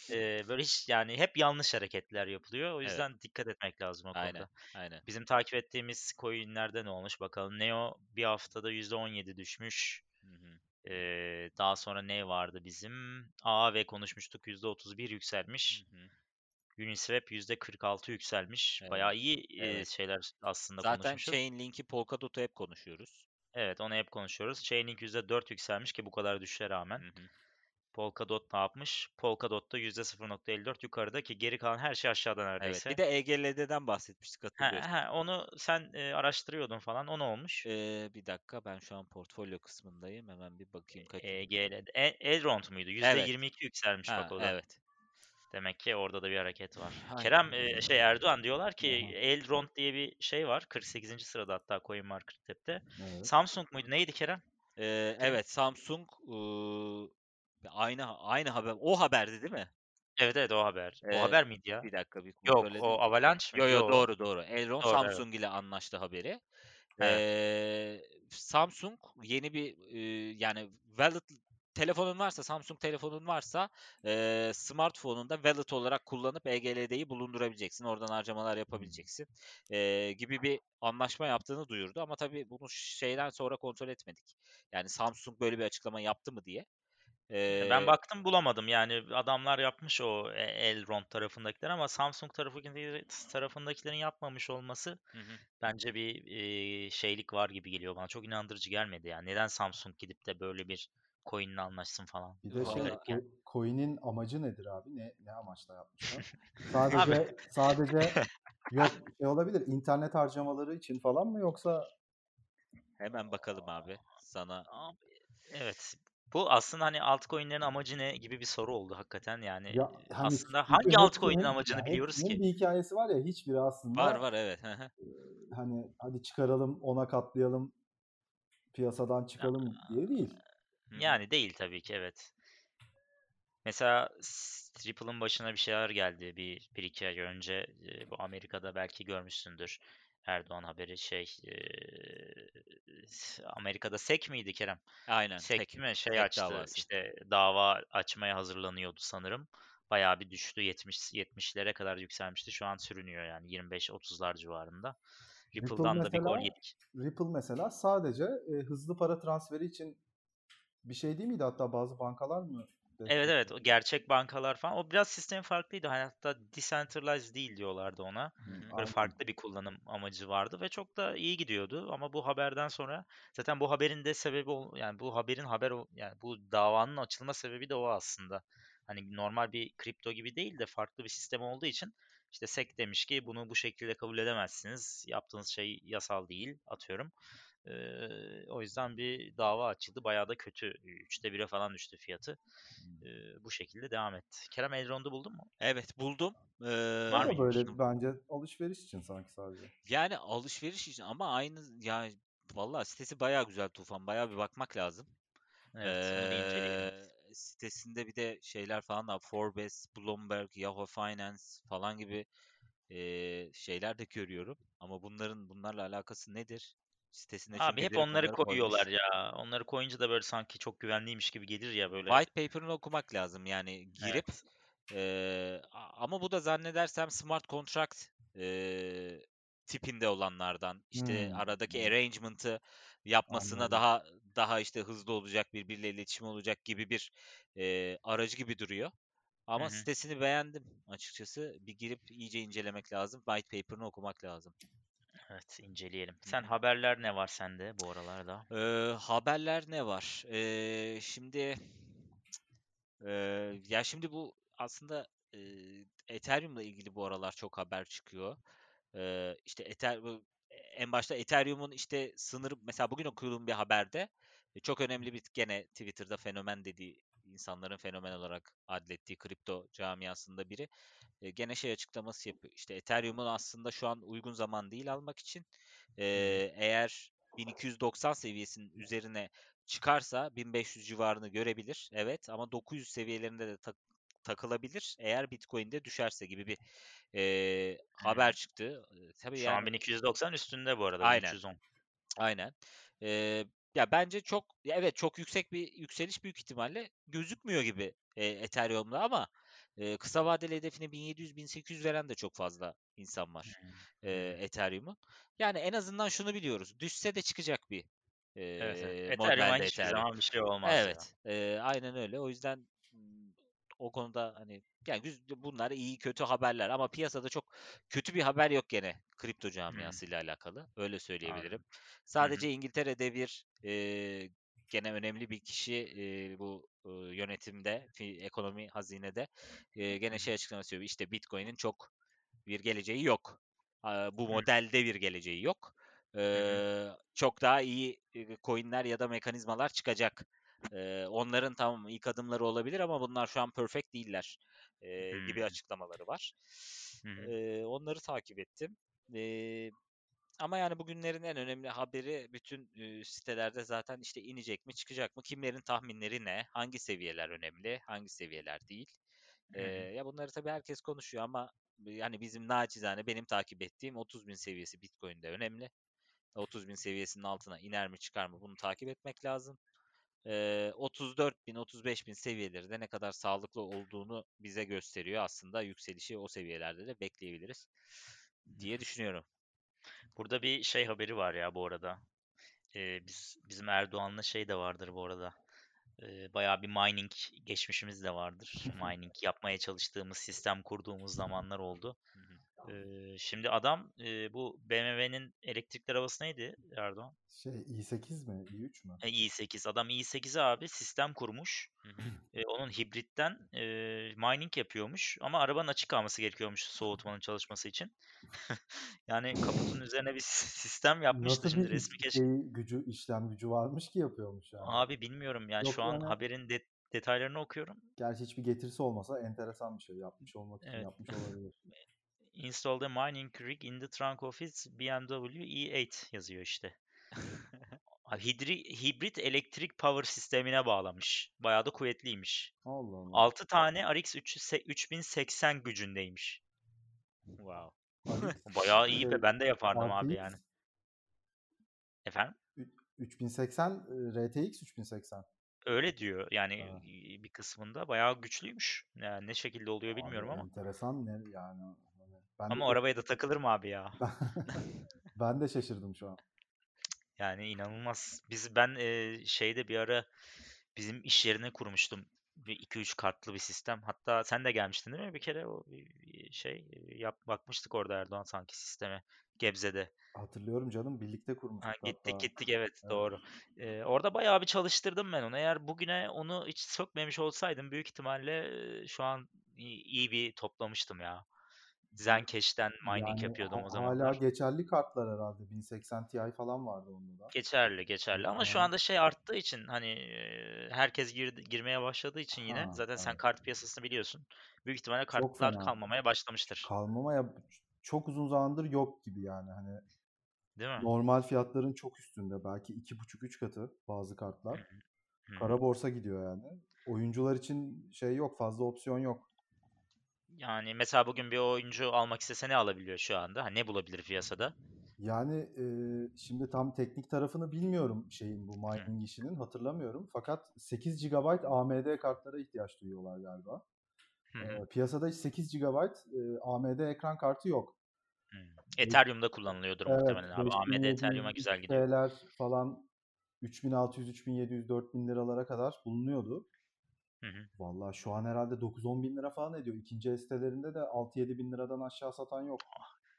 A: e, böyle hiç yani hep yanlış hareketler yapılıyor. O
C: Evet.
A: yüzden dikkat etmek lazım o
C: Aynen.
A: konuda.
C: Aynen.
A: Bizim takip ettiğimiz coinlerde ne olmuş bakalım. Neo bir haftada yüzde on yedi düşmüş.
C: Hı hı.
A: Ee, daha sonra ne vardı bizim? A A V konuşmuştuk, yüzde otuz bir
C: Hı
A: yükselmiş.
C: hı.
A: Uniswap yüzde kırk altı yükselmiş.
C: Evet.
A: Bayağı iyi e,
C: Evet.
A: şeyler aslında
C: Zaten
A: konuşmuşuz.
C: Chainlink'i, Polkadot'u hep konuşuyoruz.
A: Evet, onu hep konuşuyoruz. Chainlink yüzde dört yükselmiş ki bu kadar düşüşe rağmen.
C: Hı hı.
A: Polkadot ne yapmış? Polkadot da yüzde sıfır nokta elli dört yukarıda ki geri kalan her şey aşağıda
C: Evet. Bir
A: neredeyse.
C: de E G L D'den bahsetmiştik,
A: Ha,
C: hatırlıyorsan.
A: ha, onu sen e, araştırıyordun falan. O ne olmuş?
C: Ee, bir dakika, ben şu an portfolyo kısmındayım. Hemen bir bakayım
A: E,
C: kaçıncı.
A: G L D. E, Elrond muydu?
C: Evet.
A: yüzde yirmi iki yükselmiş bak
C: Ha,
A: o da.
C: evet.
A: Demek ki orada da bir hareket var.
C: Aynen.
A: Kerem e, şey Erdoğan diyorlar ki
B: Aha,
A: Elrond diye bir şey var. kırk sekizinci sırada hatta CoinMarketCap'te.
B: evet.
A: Samsung muydu? Neydi Kerem?
C: Ee,
A: Değil mi?
C: evet, Samsung ıı, aynı aynı haber. O haberdi değil mi?
A: Evet evet, o haber. O
C: Ee,
A: haber miydi ya?
C: bir dakika bir
A: Yok,
C: kontrol
A: o
C: edeyim.
A: Avalanche
C: Yo
A: mi?
C: yo,
A: Yok.
C: doğru doğru. Elrond
A: Doğru, evet.
C: Samsung ile anlaştı haberi.
A: Evet.
C: Ee, Samsung yeni bir e, yani wallet telefonun varsa, Samsung telefonun varsa e, smartphone'unda wallet olarak kullanıp E G L D'yi bulundurabileceksin. Oradan harcamalar yapabileceksin. E, gibi bir anlaşma yaptığını duyurdu. Ama tabii bunu şeyden sonra kontrol etmedik. Yani Samsung böyle bir açıklama yaptı mı diye.
A: Yani ben
C: E,
A: baktım bulamadım. Yani adamlar yapmış o e, Elrond tarafındakiler ama Samsung tarafındakileri, tarafındakilerin yapmamış olması
C: hı hı.
A: bence bir e, şeylik var gibi geliyor bana. Çok inandırıcı gelmedi yani. Neden Samsung gidip de böyle bir coin'le anlaşsın falan.
B: Bir de
A: Bana
B: şey,
C: Valla
A: garip geldi.
B: co- coin'in amacı nedir abi? Ne ne amaçla yapmışlar?
A: Abi
B: Sadece sadece yok şey olabilir, internet harcamaları için falan mı, yoksa
C: hemen bakalım abi sana.
A: Abi, evet. Bu aslında hani altcoin'lerin amacı ne gibi bir soru oldu hakikaten. Yani
B: ya hani
A: aslında
B: çünkü
A: hangi altcoin'in
B: hepsinin
A: amacını
B: ya
A: biliyoruz
B: hepsinin
A: ki?
B: bir hikayesi var ya, hiçbiri
C: Var
B: aslında
C: var, evet. Hı hı.
B: e, hani hadi çıkaralım, ona katlayalım, piyasadan
A: Ya-
B: çıkalım diye değil.
C: Hı hı.
A: Yani değil tabii ki, evet. Mesela s- Ripple'ın başına bir şeyler geldi bir, bir iki ay önce. Ee, bu Amerika'da belki görmüşsündür. Erdoğan haberi şey ee, Amerika'da S E C miydi Kerem?
C: Aynen,
A: S E C
C: tek
A: değil mi? Şey
C: tek
A: açtı
C: davası.
A: işte, dava açmaya hazırlanıyordu sanırım. Bayağı bir düştü. yetmiş yetmişlere kadar yükselmişti. Şu an sürünüyor yani yirmi beş otuzlar civarında.
B: Ripple
A: Ripple'dan da bir gol
B: mesela
A: yedik.
B: Ripple mesela sadece e, hızlı para transferi için bir şey değil miydi? Hatta bazı bankalar mı
A: Evet evet, o
B: destekliyordu?
A: gerçek bankalar falan. O biraz sistem farklıydı. Hani hatta decentralized değil diyorlardı ona.
C: Hı
B: Hı,
C: hı.
A: Böyle
B: aynen.
A: farklı bir kullanım amacı vardı ve çok da iyi gidiyordu. Ama bu haberden sonra zaten bu haberin de sebebi ol- yani bu haberin haber ol- yani bu davanın açılma sebebi de o aslında. Hani normal bir kripto gibi değil de farklı bir sistem olduğu için işte S E C demiş ki bunu bu şekilde kabul edemezsiniz. Yaptığınız şey yasal değil, atıyorum. Ee, o yüzden bir dava açıldı. Bayağı da kötü. Üçte bire falan düştü fiyatı. Ee, bu şekilde devam etti. Kerem, Elrond'u buldun mu?
C: Evet, buldum.
B: O
A: Var
C: Ee,
B: da
A: mıymış?
B: böyle bence alışveriş için sanki sadece.
C: yani alışveriş için, ama aynı ya, vallahi sitesi bayağı güzel Tufan. Bayağı bir bakmak lazım.
A: Evet, onu bir inceleyelim.
C: Ee, sitesinde bir de şeyler falan da, Forbes, Bloomberg, Yahoo Finance falan gibi ee, şeyler de görüyorum. Ama bunların bunlarla alakası nedir? Sitesinde
A: Abi
C: çünkü
A: hep
C: direkt
A: onları
C: onları
A: koyuyorlar
C: koymuş.
A: ya. Onları koyunca da böyle sanki çok güvenliymiş gibi gelir ya böyle.
C: White paper'ını okumak lazım, yani girip
A: Evet.
C: eee, a- ama bu da zannedersem smart contract eee, tipinde olanlardan, işte
B: Hmm,
C: aradaki arrangement'ı yapmasına
B: anladım.
C: daha daha işte hızlı olacak, birbiriyle iletişim olacak gibi bir eee, aracı gibi duruyor.
A: Hı
C: Ama
A: hı.
C: sitesini beğendim açıkçası. Bir girip iyice incelemek lazım. White paper'ını okumak lazım.
A: Evet, inceleyelim. Sen haberler ne var sende bu aralarda?
C: Ee, haberler ne var? Ee, şimdi ee, ya şimdi bu aslında ee, Ethereum'la ilgili bu aralar çok haber çıkıyor. Ee, işte Ether, bu- en başta Ethereum'un işte sınırı, mesela bugün okuduğum bir haberde e, çok önemli bir, gene Twitter'da fenomen dediği, insanların fenomen olarak adlettiği kripto camiasında biri e, gene şey açıklaması yapıyor. İşte Ethereum'un aslında şu an uygun zaman değil almak için. E, eğer bin iki yüz doksan seviyesinin üzerine çıkarsa bin beş yüz civarını görebilir. Evet, ama dokuz yüz seviyelerinde de tak- takılabilir eğer Bitcoin'de düşerse gibi bir e, haber
A: Hmm.
C: çıktı. E, tabii
A: Şu an
C: yani
A: bin iki yüz doksan üstünde bu arada,
C: aynen.
A: bin üç yüz on.
C: Aynen. Ee, ya bence çok, ya evet, çok yüksek bir yükseliş büyük ihtimalle gözükmüyor gibi e, Ethereum'da, ama e, kısa vadeli hedefine bin yedi yüz bin sekiz yüz veren de çok fazla insan var
A: Hmm.
C: e,
A: Hmm.
C: Ethereum'un. Yani en azından şunu biliyoruz. Düşse de çıkacak bir
A: Evet, evet.
C: e,
A: Ethereum'a
C: modelde
A: hiçbir
C: Ethereum.
A: zaman bir şey olmaz ya.
C: Evet, e, aynen öyle. O yüzden m, o konuda hani, yani güz- bunlar iyi kötü haberler, ama piyasada çok kötü bir haber yok gene kripto
A: Hmm.
C: camiasıyla alakalı. Öyle söyleyebilirim.
A: Anladım. Hı hı.
C: Sadece İngiltere'de bir e, gene önemli bir kişi e, bu e, yönetimde, fi- ekonomi, hazinede e,
A: Hı
C: gene
A: hı.
C: şey açıklaması yapıyor. İşte Bitcoin'in çok bir geleceği yok. Aa, Bu
A: Hı hı.
C: modelde bir geleceği yok.
A: Hı hı.
C: Ee, çok daha iyi e, coinler ya da mekanizmalar çıkacak. Ee, onların tamam ilk adımları olabilir, ama bunlar şu an perfect değiller e, gibi
A: Hmm.
C: açıklamaları var.
A: Hı hı.
C: Ee, onları takip ettim. Ee, ama yani bugünlerin en önemli haberi, bütün e, sitelerde zaten işte inecek mi çıkacak mı, kimlerin tahminleri ne, hangi seviyeler önemli, hangi seviyeler değil. Ee,
A: Hı hı.
C: ya bunları tabii herkes konuşuyor, ama yani bizim naçizane benim takip ettiğim otuz bin seviyesi Bitcoin'de önemli. otuz bin seviyesinin altına iner mi çıkar mı, bunu takip etmek lazım. Ee, otuz dört bin otuz beş bin seviyeleri de ne kadar sağlıklı olduğunu bize gösteriyor. Aslında yükselişi o seviyelerde de bekleyebiliriz diye düşünüyorum.
A: Burada bir şey haberi var ya bu arada. Ee, biz bizim Erdoğan'la şey de vardır bu arada. Ee, bayağı bir mining geçmişimiz de vardır. Mining yapmaya çalıştığımız, sistem kurduğumuz zamanlar oldu.
C: Hı hı.
A: Ee, şimdi adam e, bu B M W'nin elektrikli arabası neydi Erdoğan?
B: Şey i sekiz mi? i üç mü?
A: E, i sekiz. Adam i sekize abi sistem kurmuş.
C: Hı hı.
A: E, onun hibritten e, mining yapıyormuş. Ama arabanın açık kalması gerekiyormuş soğutmanın çalışması için. Yani kaputun üzerine bir sistem yapmıştı.
B: Nasıl bir
A: Şimdi
B: iş,
A: resmi keş
B: şey gücü, işlem gücü varmış ki yapıyormuş yani.
A: Abi bilmiyorum yani
B: Yok
A: şu an
B: yani,
A: haberin de- detaylarını okuyorum.
B: gerçi hiçbir getirisi olmasa enteresan bir şey yapmış olmak için
A: Evet.
B: yapmış olabilir.
A: Installed a mining rig in the trunk of his B M W i sekiz yazıyor işte. Abi hidri, hibrit elektrik power sistemine bağlamış. Bayağı da kuvvetliymiş.
B: Allah Allah.
A: altı tane R X üç bin seksen gücündeymiş.
C: Wow.
B: R X
A: Bayağı iyi
B: şey
A: be. Ben de yapardım abi
B: R T X
A: yani. Efendim?
B: ü- üç bin seksen, e, R T X üç bin seksen.
A: Öyle diyor. Yani
B: Ha,
A: bir kısmında bayağı güçlüymüş. Yani ne şekilde oluyor
B: abi
A: bilmiyorum ama.
B: enteresan ne yani. Hani ben de
A: Ama o arabaya da takılır mı abi ya?
B: ben, ben de şaşırdım şu an.
A: Yani inanılmaz. Biz ben e, şeyde bir ara bizim iş yerine kurmuştum. Bir iki üç kartlı bir sistem. Hatta sen de gelmiştin değil mi bir kere o bir- bir şey e, yap bakmıştık orada Erdoğan sanki sisteme Gebze'de.
B: Hatırlıyorum canım, birlikte
A: Ha,
B: kurmuştuk
A: gittik
B: hatta.
A: gittik evet
B: Evet.
A: doğru. Ee, orada bayağı bir çalıştırdım ben onu. Eğer bugüne onu hiç sökmemiş olsaydım büyük ihtimalle e, şu an iyi, iyi bir toplamıştım ya. Zencache'den mining
B: Yani
A: yapıyordum
B: ha-
A: o
B: hala
A: zamanlar.
B: geçerli kartlar herhalde. bin seksen Ti falan vardı onda da.
A: Geçerli geçerli ama şu
B: Muhtemelen.
A: anda şey arttığı için hani e, herkes girdi, girmeye başladığı için yine
B: Ha,
A: zaten sen
B: evet.
A: kart piyasasını biliyorsun. Büyük ihtimalle
B: Çok
A: kartlar
B: fena.
A: kalmamaya başlamıştır.
B: Kalmamaya çok uzun zamandır yok gibi yani. Hani
A: Değil mi?
B: normal fiyatların çok üstünde. Belki iki buçuk üç katı bazı
A: Hı
B: kartlar.
A: hı. Hı hı.
B: Kara borsa gidiyor yani. Oyuncular için şey yok, fazla opsiyon yok.
A: Yani mesela bugün bir oyuncu almak istese ne alabiliyor şu anda? Ha, ne bulabilir piyasada?
B: Yani e, şimdi tam teknik tarafını bilmiyorum şeyin, bu
A: Hı
B: mining işinin, hatırlamıyorum. Fakat sekiz gigabayt A M D kartlara ihtiyaç duyuyorlar galiba.
A: hı.
B: E,
A: Hı.
B: piyasada hiç sekiz gigabayt e, A M D ekran kartı yok.
A: Hmm.
B: Beş-
A: Ethereum'da kullanılıyordur
B: Evet,
A: muhtemelen abi. A M D Ethereum'a
B: beş bin yedi yüz
A: güzel gidiyor.
B: X T'ler falan üç bin altı yüz üç bin yedi yüz dört bin liralara kadar bulunuyordu.
A: Hı hı.
B: Vallahi şu an herhalde dokuz on bin lira falan ediyor. İkinci el sitelerinde de altı yedi bin liradan aşağı satan yok.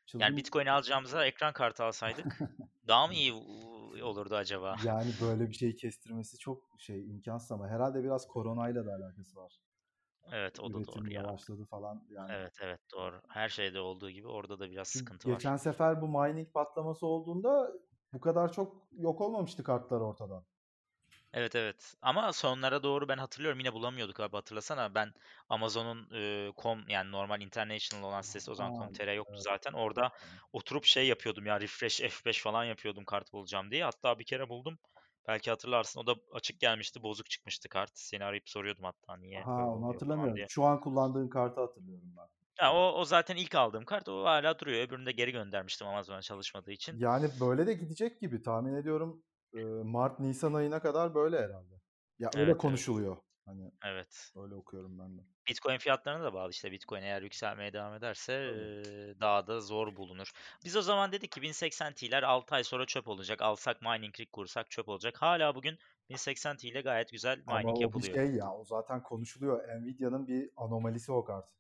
A: Yani
B: Çılgın
A: Bitcoin alacağımıza ekran kartı alsaydık daha mı iyi u- olurdu acaba?
B: yani böyle bir şeyi kestirmesi çok şey imkansız ama herhalde biraz koronayla da alakası var.
A: Evet, o da doğru
B: Üretim
A: ya.
B: yavaşladı falan yani.
A: Evet evet doğru. Her şeyde olduğu gibi orada da biraz
B: Çünkü
A: sıkıntı var.
B: geçen sefer bu mining patlaması olduğunda bu kadar çok yok olmamıştı kartlar ortadan.
A: Evet evet. Ama sonlara doğru ben hatırlıyorum yine bulamıyorduk abi hatırlasana. Ben Amazon'un e, com yani normal international olan sitesi o zaman
B: Ha,
A: com nokta tr yoktu
B: evet.
A: zaten. Orada oturup şey yapıyordum ya refresh F beş falan yapıyordum kart bulacağım diye. Hatta bir kere buldum. Belki hatırlarsın o da açık gelmişti bozuk çıkmıştı kart. Seni arayıp soruyordum hatta niye
B: Ha,
A: böyle
B: onu
A: oluyor falan
B: hatırlamıyorum.
A: diye.
B: Şu an kullandığın kartı hatırlıyorum ben.
A: Ya o, o zaten ilk aldığım kart o hala duruyor. Öbürünü de geri göndermiştim Amazon'a çalışmadığı için.
B: Yani böyle de gidecek gibi tahmin ediyorum. e, Mart Nisan ayına kadar böyle herhalde. Ya öyle
A: Evet evet.
B: konuşuluyor. Hani
A: Evet.
B: öyle okuyorum ben de.
A: Bitcoin fiyatlarına da bağlı işte. Bitcoin eğer yükselmeye devam ederse
B: Tabii.
A: eee, daha da zor bulunur. Biz o zaman dedik ki bin seksen T'ler altı ay sonra çöp olacak. Alsak mining rig kursak çöp olacak. Hala bugün bin seksen T ile gayet güzel
B: Ama
A: mining
B: o bir
A: yapılıyor.
B: şey ya. O zaten konuşuluyor. Nvidia'nın bir anomalisi o kart.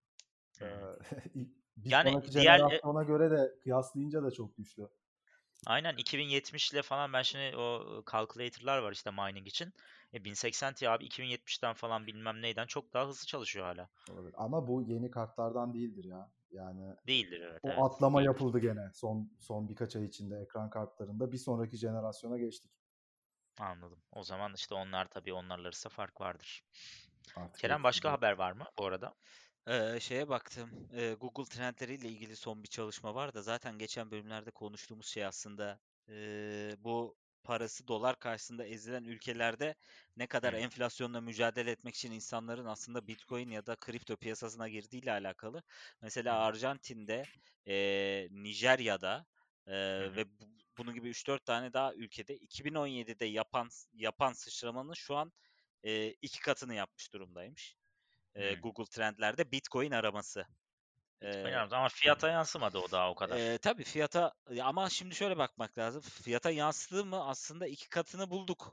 B: Ee,
A: Hmm.
B: bir
A: Yani
B: sonraki
A: diğer e,
B: jenerasyona göre de kıyaslayınca da çok güçlü.
A: aynen iki bin yetmiş ile falan ben şimdi o calculator'lar var işte mining için. E, bin seksen T abi iki bin yetmişten falan bilmem neyden çok daha hızlı çalışıyor hala.
B: Olabilir. Ama bu yeni kartlardan değildir ya. Yani
A: Değildir evet
B: o
A: evet
B: atlama
A: değildir.
B: yapıldı gene son son birkaç ay içinde ekran kartlarında. Bir sonraki jenerasyona geçtik.
A: Anladım. O zaman işte onlar tabii onlarla arasında fark vardır.
B: Artık
A: Kerem
B: hepsi
A: başka
B: gibi.
A: haber var mı bu arada?
C: Ee, şeye baktım. Ee, Google trendleriyle ilgili son bir çalışma var da zaten geçen bölümlerde konuştuğumuz şey aslında ee, bu parası dolar karşısında ezilen ülkelerde ne kadar
A: Hı
C: enflasyonla mücadele etmek için insanların aslında Bitcoin ya da kripto piyasasına girdiğiyle alakalı.
A: hı
C: Mesela Arjantin'de, ee, Nijerya'da ee,
A: hı hı.
C: ve bu- bunun gibi üç dört tane daha ülkede iki bin on yedide yapan yapan sıçramanın şu an ee, iki katını yapmış durumdaymış e,
A: Hımm.
C: Google Trendler'de Bitcoin araması.
A: Bitcoin
C: E,
A: aldım ama fiyata yansımadı o daha o
C: e,
A: kadar.
C: tabii fiyata ya ama şimdi şöyle bakmak lazım. Fiyata yansıdı mı aslında iki katını bulduk.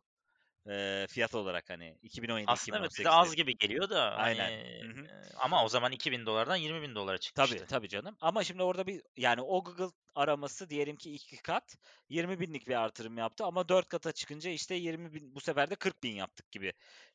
C: E, fiyat olarak hani
A: Aslında evet bize
C: iki bin on yedi-iki bin on sekizlerin.
A: az gibi geliyor da hani,
C: Aynen. Hı hı.
A: eee, ama o zaman iki bin dolardan yirmi bin dolara
C: Tabii
A: çıkmıştı.
C: tabii canım. Ama şimdi orada bir yani o Google araması diyelim ki iki kat yirmi binlik bir artırım yaptı ama dört kata çıkınca işte yirmi bin bu sefer de kırk bin yaptık gibi.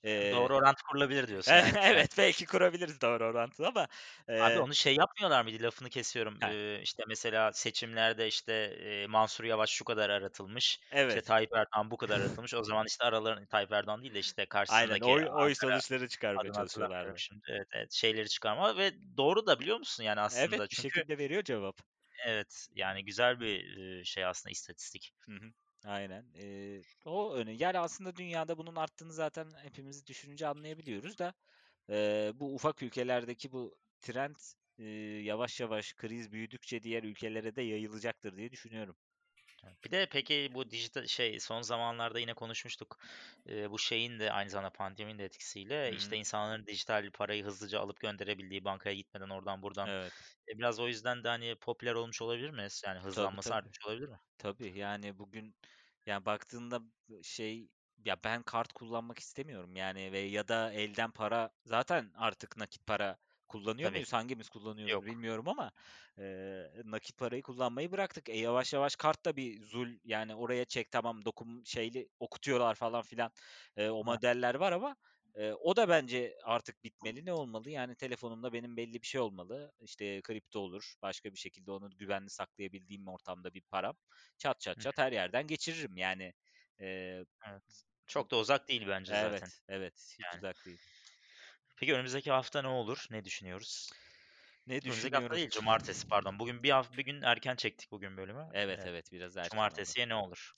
C: E,
A: Doğru orantı kurulabilir diyorsun evet yani.
C: evet belki kurabiliriz doğru orantılı ama
A: Abi
C: e,
A: onu şey yapmıyorlar mıydı? Lafını kesiyorum.
C: heh,
A: Eee, işte mesela seçimlerde işte, eee, Mansur Yavaş şu kadar aratılmış, işte
C: evet.
A: Tayyip Erdoğan bu kadar aratılmış. O zaman işte aralarında Tayyip Erdoğan değil de işte
C: Aynen
A: karşısındaki
C: oy oy
A: Ankara
C: sonuçları çıkarmaya
A: adını hatırlamıyorum
C: çalışıyorlardı.
A: şimdi. Evet, evet şeyleri çıkarma ve doğru da biliyor musun yani aslında
C: Evet bir
A: çünkü
C: şekilde veriyor cevap.
A: evet yani güzel bir, eee, şey aslında istatistik.
C: Hı hı. Aynen. Ee, o öne. Yani aslında dünyada bunun arttığını zaten hepimiz düşününce anlayabiliyoruz da ee, bu ufak ülkelerdeki bu trend ee, yavaş yavaş kriz büyüdükçe diğer ülkelere de yayılacaktır diye düşünüyorum.
A: Bir de peki bu dijital şey son zamanlarda yine konuşmuştuk. Eee, bu şeyin de aynı zamanda pandeminin de
C: Hı
A: etkisiyle
C: hı.
A: işte insanların dijital parayı hızlıca alıp gönderebildiği bankaya gitmeden oradan buradan
C: Evet.
A: e, biraz o yüzden de hani popüler olmuş olabilir mi? Yani
C: Tabii
A: hızlanması
C: tabii.
A: artmış olabilir mi?
C: Tabii yani bugün yani baktığında şey ya ben kart kullanmak istemiyorum yani ve ya da elden para zaten artık nakit para kullanıyor
A: Tabii.
C: muyuz? Hangimiz kullanıyoruz
A: Yok.
C: bilmiyorum ama e, nakit parayı kullanmayı bıraktık. E, yavaş yavaş kart da bir zul yani oraya çek tamam dokun şeyli okutuyorlar falan filan E, o
A: Ha,
C: modeller var ama e, o da bence artık bitmeli. Ne olmalı? Yani telefonumda benim belli bir şey olmalı. İşte kripto olur. Başka bir şekilde onu güvenli saklayabildiğim ortamda bir param. Çat çat
A: hı,
C: çat her yerden geçiririm yani. Eee,
A: evet. Çok da uzak değil bence zaten.
C: evet, evet hiç
A: Yani.
C: uzak değil.
A: Peki önümüzdeki hafta ne olur? Ne düşünüyoruz?
C: Ne
A: Önümüzdeki hafta
C: düşünüyorum?
A: değil, cumartesi pardon. Bugün bir hafta bir gün erken çektik bugün bölümü.
C: Evet
A: Evet.
C: evet biraz erken oldu.
A: Cumartesiye ne olur?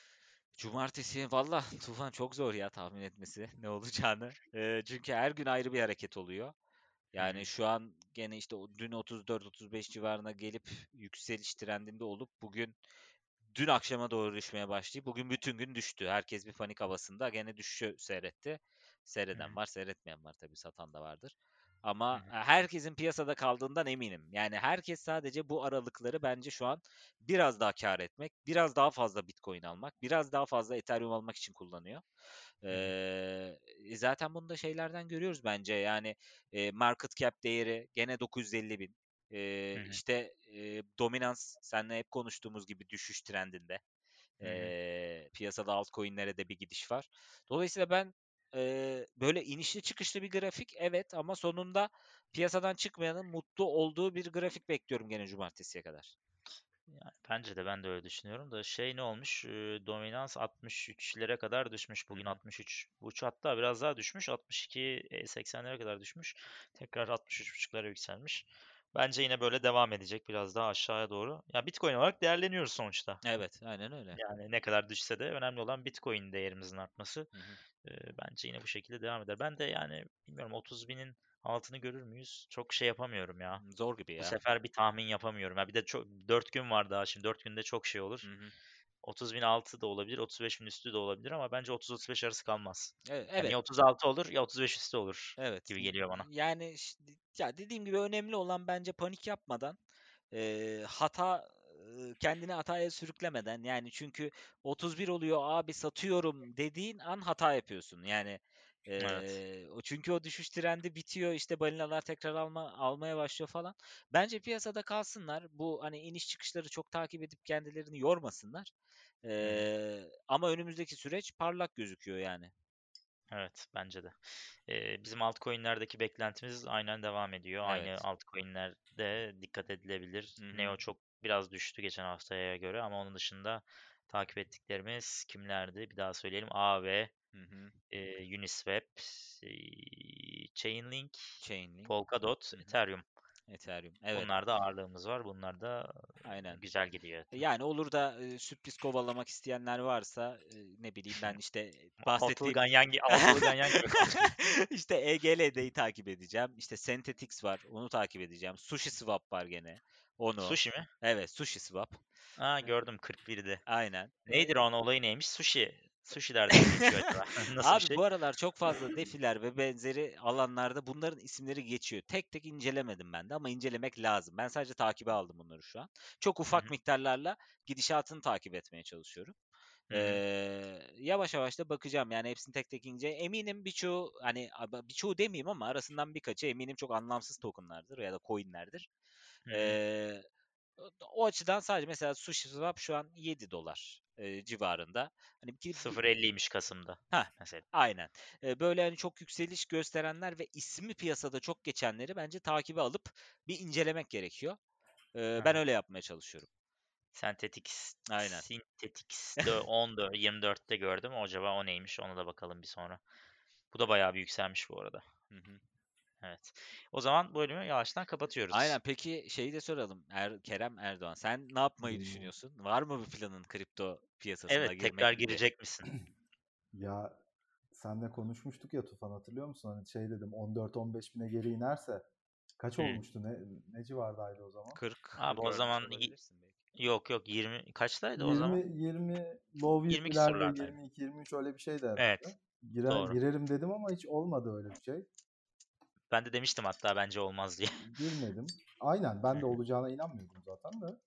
C: Cumartesi valla Tufan çok zor ya tahmin etmesi ne olacağını. Eee, çünkü her gün ayrı bir hareket oluyor.
A: Hı hı.
C: Yani şu an gene işte o dün otuz dört otuz beş civarına gelip yükseliş trendinde olup bugün dün akşama doğru düşmeye başlayıp bugün bütün gün düştü. Herkes bir panik havasında gene düşüşü seyretti.
A: Hı
C: Seyreden
A: hı.
C: var, seyretmeyen var tabii satan da vardır.
A: Hı
C: Ama
A: hı.
C: e, herkesin piyasada kaldığından eminim. Yani herkes sadece bu aralıkları bence şu an biraz daha kar etmek, biraz daha fazla Bitcoin almak, biraz daha fazla Ethereum almak için kullanıyor.
A: Hı hı.
C: Ee, e, zaten bunu da şeylerden görüyoruz bence. Yani e, market cap değeri gene dokuz yüz elli bin. e,
A: Hı hı.
C: işte e, dominans, seninle hep konuştuğumuz gibi düşüş trendinde.
A: Hı hı.
C: E, piyasada altcoin'lere de bir gidiş var. Dolayısıyla ben e, böyle inişli çıkışlı bir grafik, evet, ama sonunda piyasadan çıkmayanın mutlu olduğu bir grafik bekliyorum gene cumartesiye kadar.
A: Yani bence de ben de öyle düşünüyorum da şey ne olmuş? Ee, dominans altmış üçlere kadar düşmüş.
C: Hı
A: Bugün
C: hı.
A: altmış üç buç hatta biraz daha düşmüş. altmış iki seksenlere kadar düşmüş. Tekrar altmış üç buçuklara yükselmiş. Bence yine böyle devam edecek biraz daha aşağıya doğru. Ya Bitcoin olarak değerleniyoruz sonuçta.
C: Evet, aynen öyle.
A: Yani ne kadar düşse de önemli olan Bitcoin değerimizin artması.
C: Hı hı.
A: Ee, bence yine bu şekilde devam eder. Ben de yani bilmiyorum otuz binin altını görür müyüz? Çok şey yapamıyorum ya.
C: Zor gibi
A: Bu
C: ya.
A: sefer bir tahmin yapamıyorum. Ya bir de çok dört gün var daha. Şimdi dört günde çok şey olur.
C: Hı hı.
A: otuz bin altı da olabilir, otuz beş bin üstü de olabilir ama bence otuz otuz beş arası kalmaz.
C: Evet,
A: Yani
C: evet.
A: ya otuz altı olur ya otuz beş üstü olur
C: Evet.
A: gibi geliyor bana.
C: Yani işte, ya dediğim gibi önemli olan bence panik yapmadan, e, hata e, kendini hataya sürüklemeden, yani çünkü otuz bir oluyor abi satıyorum dediğin an hata yapıyorsun. Yani
A: Evet.
C: e, o çünkü o düşüş trendi bitiyor, işte balinalar tekrar alma almaya başlıyor falan. Bence piyasada kalsınlar. Bu hani iniş çıkışları çok takip edip kendilerini yormasınlar.
A: Hı hı.
C: E, ama önümüzdeki süreç parlak gözüküyor yani.
A: Evet, bence de. Ee, bizim altcoin'lerdeki beklentimiz aynen devam ediyor. Aynı
C: Evet.
A: altcoin'lerde dikkat edilebilir.
C: Hı hı.
A: Neo çok biraz düştü geçen haftaya göre ama onun dışında takip ettiklerimiz kimlerdi? Bir daha söyleyelim. A V,
C: Hı hı.
A: e, Uniswap, e, Chainlink,
C: Chainlink.
A: Polkadot,
C: Hı hı.
A: Ethereum.
C: Ethereum. Evet.
A: Bunlarda ağırlığımız var. Bunlar da e,
C: Aynen.
A: güzel gidiyor.
C: Yani olur da e, sürpriz kovalamak isteyenler varsa, e, ne bileyim ben işte
A: Altılı
C: bahsettiğim
A: ganyan, gi- altılı ganyan gibi konuştun.
C: işte E G L D'yi takip edeceğim. İşte Synthetix var. Onu takip edeceğim. Sushi Swap var gene. Onu.
A: Sushi mi?
C: Evet, Sushi Swap.
A: Aa,
C: E,
A: gördüm kırk birde.
C: Aynen.
A: Nedir onun olayı neymiş? Sushi. Sushi'lerde mi geçiyor acaba? Nasıl bir
C: Abi
A: şey?
C: bu aralar çok fazla defiler ve benzeri alanlarda bunların isimleri geçiyor. Tek tek incelemedim ben de ama incelemek lazım. Ben sadece takibe aldım bunları şu an. Çok
A: Hı
C: ufak
A: hı,
C: miktarlarla gidişatını takip etmeye çalışıyorum.
A: hı hı,
C: Ee, yavaş yavaş da bakacağım, yani hepsini tek tek ince. Eminim birçoğu, hani ab- birçoğu demeyeyim ama arasından birkaçı eminim çok anlamsız tokenlardır ya da coinlerdir.
A: hı hı.
C: Ee, o o açıdan sadece mesela SushiSwap şu an yedi dolar e, civarında. Hani ki
A: sıfır virgül elliymiş Kasım'da
C: ha
A: mesela.
C: aynen. Ee, böyle hani çok yükseliş gösterenler ve ismi piyasada çok geçenleri bence takibe alıp bir incelemek gerekiyor. Ee, ben
A: Aha.
C: öyle yapmaya çalışıyorum.
A: Synthetix,
C: Aynen.
A: Synthetix de on dört, yirmi dörtte gördüm. Acaba o neymiş? Ona da bakalım bir sonra. Bu da bayağı bir yükselmiş bu arada.
C: Hı hı.
A: Evet. O zaman bu bölümü yavaştan
C: Aynen.
A: kapatıyoruz.
C: Peki şeyi de soralım. Er, Kerem Erdoğan, sen ne yapmayı
B: Dinliyorum.
C: düşünüyorsun? Var mı bir planın kripto piyasasına
A: Evet, tekrar
C: girmek gibi?
A: girecek misin?
B: Ya senle konuşmuştuk ya Tufan, hatırlıyor musun? Hani şey dedim, on dört on beş bine geri inerse kaç
A: Hı.
B: olmuştu? Ne, ne civardaydı o zaman?
C: kırkı
A: Abi o
C: görmüş
A: zaman y-
C: olabilirsin belki.
A: yok yok yirmi kaçtaydı o
B: yirmi
A: zaman?
B: yirmi low
A: yirmi
B: yirmilerde
A: küsurlardaydı.
B: yirmi iki yirmi üç öyle bir şeydi herhalde.
A: Evet,
B: Girer,
A: doğru.
B: girerim dedim ama hiç olmadı öyle bir şey.
A: Ben de demiştim hatta bence olmaz diye.
B: Girmedim. Aynen, ben de olacağına inanmıyordum zaten de.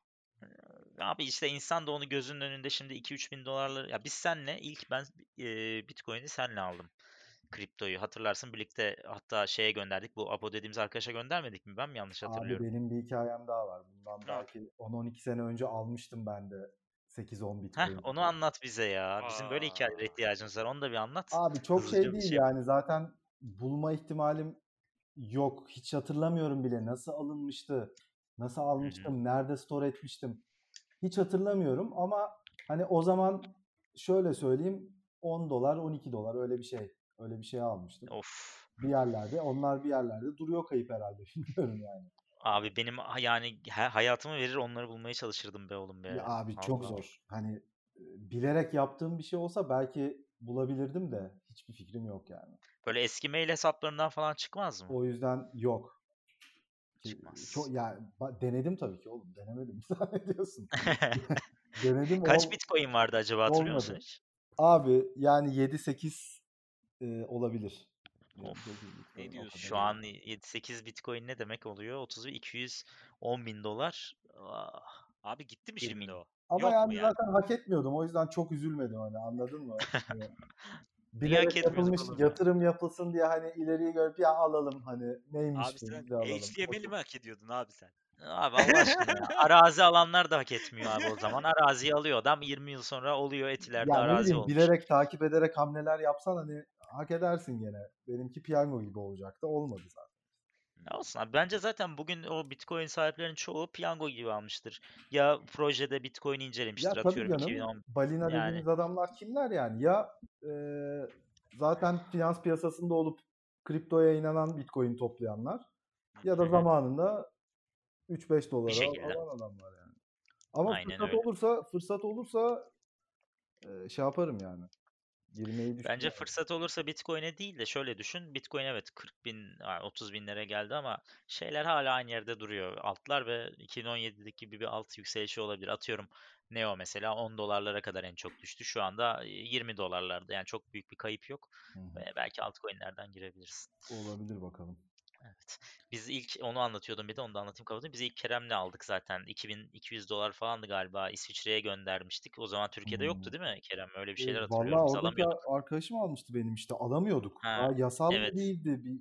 A: Abi işte insan da onu gözünün önünde şimdi iki üç bin dolarları ya biz senle ilk ben e, Bitcoin'i senle aldım. Kriptoyu hatırlarsın birlikte hatta şeye gönderdik. Bu Apo dediğimiz arkadaşa göndermedik mi? Ben mi yanlış
B: Abi
A: hatırlıyorum?
B: benim bir hikayem daha var. Bundan
A: Ha.
B: belki on on iki sene önce almıştım ben de sekiz on
A: Heh,
B: Bitcoin.
A: onu anlat bize ya. Bizim böyle hikayelere
C: Aa.
A: ihtiyacımız var. Onu da bir anlat.
B: Abi çok
A: Hızlıca
B: şey
A: bir
B: değil
A: şey yapalım.
B: yani, zaten bulma ihtimalim yok. Hiç hatırlamıyorum bile nasıl alınmıştı, nasıl
A: Hı hı.
B: almıştım, nerede store etmiştim. Hiç hatırlamıyorum ama hani o zaman şöyle söyleyeyim, on dolar on iki dolar öyle bir şey. Öyle bir şey almıştım.
A: Of.
B: Bir yerlerde, onlar bir yerlerde duruyor kayıp herhalde. Bilmiyorum yani.
A: Abi benim ha- yani ha- hayatımı verir onları bulmaya çalışırdım be oğlum
B: Ya
A: be.
B: abi çok
A: Allah.
B: zor. Hani e, bilerek yaptığım bir şey olsa belki bulabilirdim de hiçbir fikrim yok yani.
A: Böyle eski mail hesaplarından falan çıkmaz mı?
B: O yüzden yok. Ki- Çok
A: Çıkmaz.
B: ya, ba- denedim tabii ki oğlum. Denemedim zannediyorsun. Denedim,
A: Kaç
B: ol
A: Bitcoin vardı acaba hatırlıyor musun
B: olmadı.
A: hiç?
B: Abi yani yedi sekiz e, olabilir. yedi sekiz
A: Of.
C: Ne
B: Bitcoin o kadar
A: Şu
C: diyorsun
B: olur.
C: ya?
A: an yedi sekiz Bitcoin ne demek oluyor? otuz iki yüz on bin dolar. Ah,
C: Abi gitti mi
A: bir
C: şimdi
A: milyon.
C: o?
B: Ama
C: Yok mu
B: yani
C: yani?
B: zaten hak etmiyordum. O yüzden çok üzülmedim, hani anladın mı? Hani bilerek yapılmış yatırım yapılsın diye hani ileriyi görüp ya alalım hani neymiş
C: Abi
B: bu
C: sen
B: biz de alalım.
C: H T M L'i mi hak ediyordun abi sen?
A: Abi Allah aşkına ya. Arazi alanlar da hak etmiyor abi o zaman. Araziyi alıyor adam yirmi yıl sonra oluyor Etiler'de
B: Ya ne
A: arazi
B: bileyim
A: olmuş.
B: bilerek takip ederek hamleler yapsan hani hak edersin gene. Benimki piyango gibi olacaktı. Olmadı zaten.
A: Ne olsun abi. Bence zaten bugün o Bitcoin sahiplerinin çoğu piyango gibi almıştır. Ya projede Bitcoin incelemiştir
B: Ya tabii
A: atıyorum iki bin
B: canım.
A: on.
B: Balina
A: Yani
B: dediğimiz adamlar kimler yani? Ya e, zaten finans piyasasında olup kriptoya inanan Bitcoin toplayanlar ya da zamanında üç beş
A: bir
B: dolara
A: şekilde.
B: alan adamlar yani. Ama
A: Aynen
B: fırsat
A: öyle.
B: olursa fırsat olursa e, şey yaparım yani. Girmeyi
A: Bence
B: düşünüyorum.
A: fırsat olursa Bitcoin'e değil de şöyle düşün. Bitcoin evet kırk bin, yani otuz binlere geldi ama şeyler hala aynı yerde duruyor. Altlar ve iki bin on yedideki gibi bir alt yükselişi olabilir. Atıyorum Neo mesela on dolarlara kadar en çok düştü. Şu anda yirmi dolarlarda. Yani çok büyük bir kayıp yok.
B: Hı hı.
A: Ve belki altcoin'lerden girebilirsin.
B: Olabilir bakalım.
A: Evet. Biz ilk onu anlatıyordum bir de onu da anlatayım kapatayım. Biz ilk Kerem'le aldık zaten. iki bin iki yüz dolar falandı galiba. İsviçre'ye göndermiştik. O zaman Türkiye'de
B: Hmm.
A: yoktu değil mi Kerem? Öyle bir
B: E,
A: şeyler
B: vallahi
A: hatırlıyorum. Biz
B: oradaki
A: alamıyorduk.
B: arkadaşım almıştı benim işte. Alamıyorduk.
A: Ha,
B: Daha yasal mı
A: evet.
B: değildi? Bir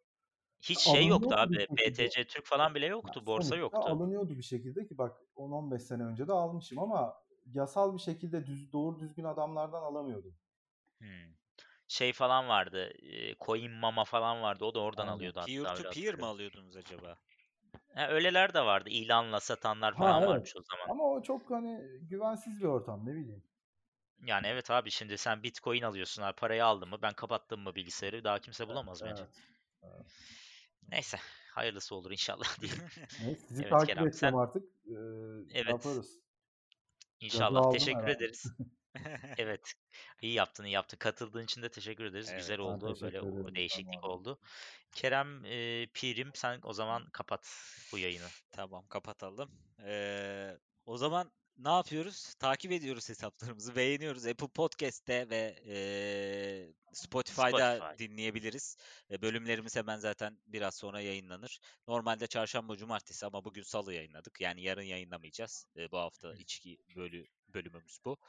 A: Hiç şey yoktu
B: alınıyordu bir
A: abi.
B: şekilde.
A: B T C Türk falan bile
B: Ya
A: yoktu. Borsa
B: sonuçta
A: yoktu.
B: alınıyordu bir şekilde ki bak on on beş sene önce de almışım ama yasal bir şekilde düz, doğru düzgün adamlardan alamıyordum.
A: Hmm. Şey falan vardı. e, Coin Mama falan vardı. O da oradan
B: Aynen.
A: alıyordu
C: Peer
A: hatta
C: to
A: öyle
C: peer mi
A: hatırlıyorum.
C: alıyordunuz acaba?
A: Ha, öyleler de vardı. İlanla satanlar
B: Ha
A: falan
B: evet.
A: varmış o zaman.
B: Ama o çok hani güvensiz bir ortam ne bileyim.
A: Yani evet abi şimdi sen Bitcoin alıyorsun abi. Parayı aldın mı ben kapattım mı bilgisayarı daha kimse bulamaz bence.
B: Evet. Evet.
A: Neyse hayırlısı olur inşallah diyelim.
B: Neyse, sizi
A: Evet
B: takip
A: Kerem
B: edeceğim
A: sen
B: artık. Ee, şey
A: evet
B: yaparız. Gazı
A: inşallah
B: aldım
A: teşekkür
B: herhalde.
A: ederiz. Evet iyi yaptın iyi yaptın. Katıldığın için de teşekkür ederiz. Güzel
C: Evet.
B: Ben
A: oldu. Böyle
B: teşekkür
A: o-
B: ederim. Ben
A: değişiklik
B: muhabbet.
A: oldu. Kerem e, Pirim sen o zaman kapat bu yayını.
C: Tamam kapatalım. Ee, o zaman ne yapıyoruz? Takip ediyoruz hesaplarımızı, beğeniyoruz. Apple Podcast'te ve eee, Spotify'da
A: Spotify.
C: dinleyebiliriz. E, bölümlerimiz hemen zaten biraz sonra yayınlanır. Normalde çarşamba, cumartesi ama bugün salı yayınladık. Yani yarın yayınlamayacağız. E, bu hafta içki bölü bölümümüz bu.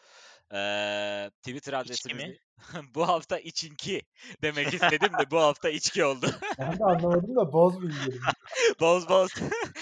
C: Eee, Twitter
A: İçki
C: adresimiz
A: mi?
C: de bu hafta içinki demek istedim de bu hafta içki oldu.
B: Ben de anlamadım da bozmayayım dedim.
C: Boz boz.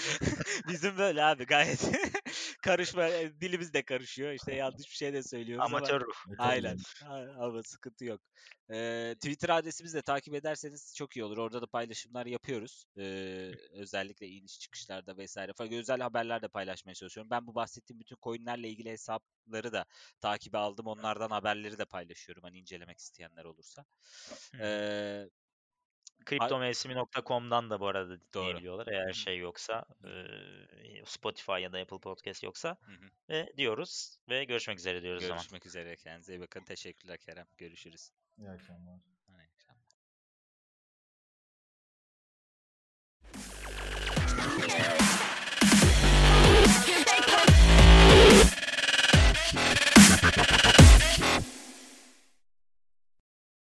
C: Bizim böyle abi gayet karışma e, dilimiz de karışıyor. İşte yanlış bir şey de söylüyoruz ama
A: Amatör ruh.
B: E, tabii
C: aynen.
B: canım.
C: A- Ama sıkıntı yok. Ee, Twitter adresimizi de takip ederseniz çok iyi olur. Orada da paylaşımlar yapıyoruz. Ee, özellikle iniş çıkışlarda vesaire. Fakat özel haberler de paylaşmaya çalışıyorum. Ben bu bahsettiğim bütün coinlerle ilgili hesapları da takibe aldım. Onlardan haberleri de paylaşıyorum. Hani incelemek isteyenler olursa.
A: Hı.
C: Ee, a-
A: kriptomevsimi nokta com'dan da bu arada
C: doğru.
A: dinleyebiliyorlar eğer şey yoksa e, Spotify ya da Apple Podcast yoksa
C: Hı hı.
A: ve diyoruz ve görüşmek üzere diyoruz o zaman.
C: Görüşmek üzere. Kendinize iyi bakın. Teşekkürler Kerem. Görüşürüz.
B: İyi akşamlar.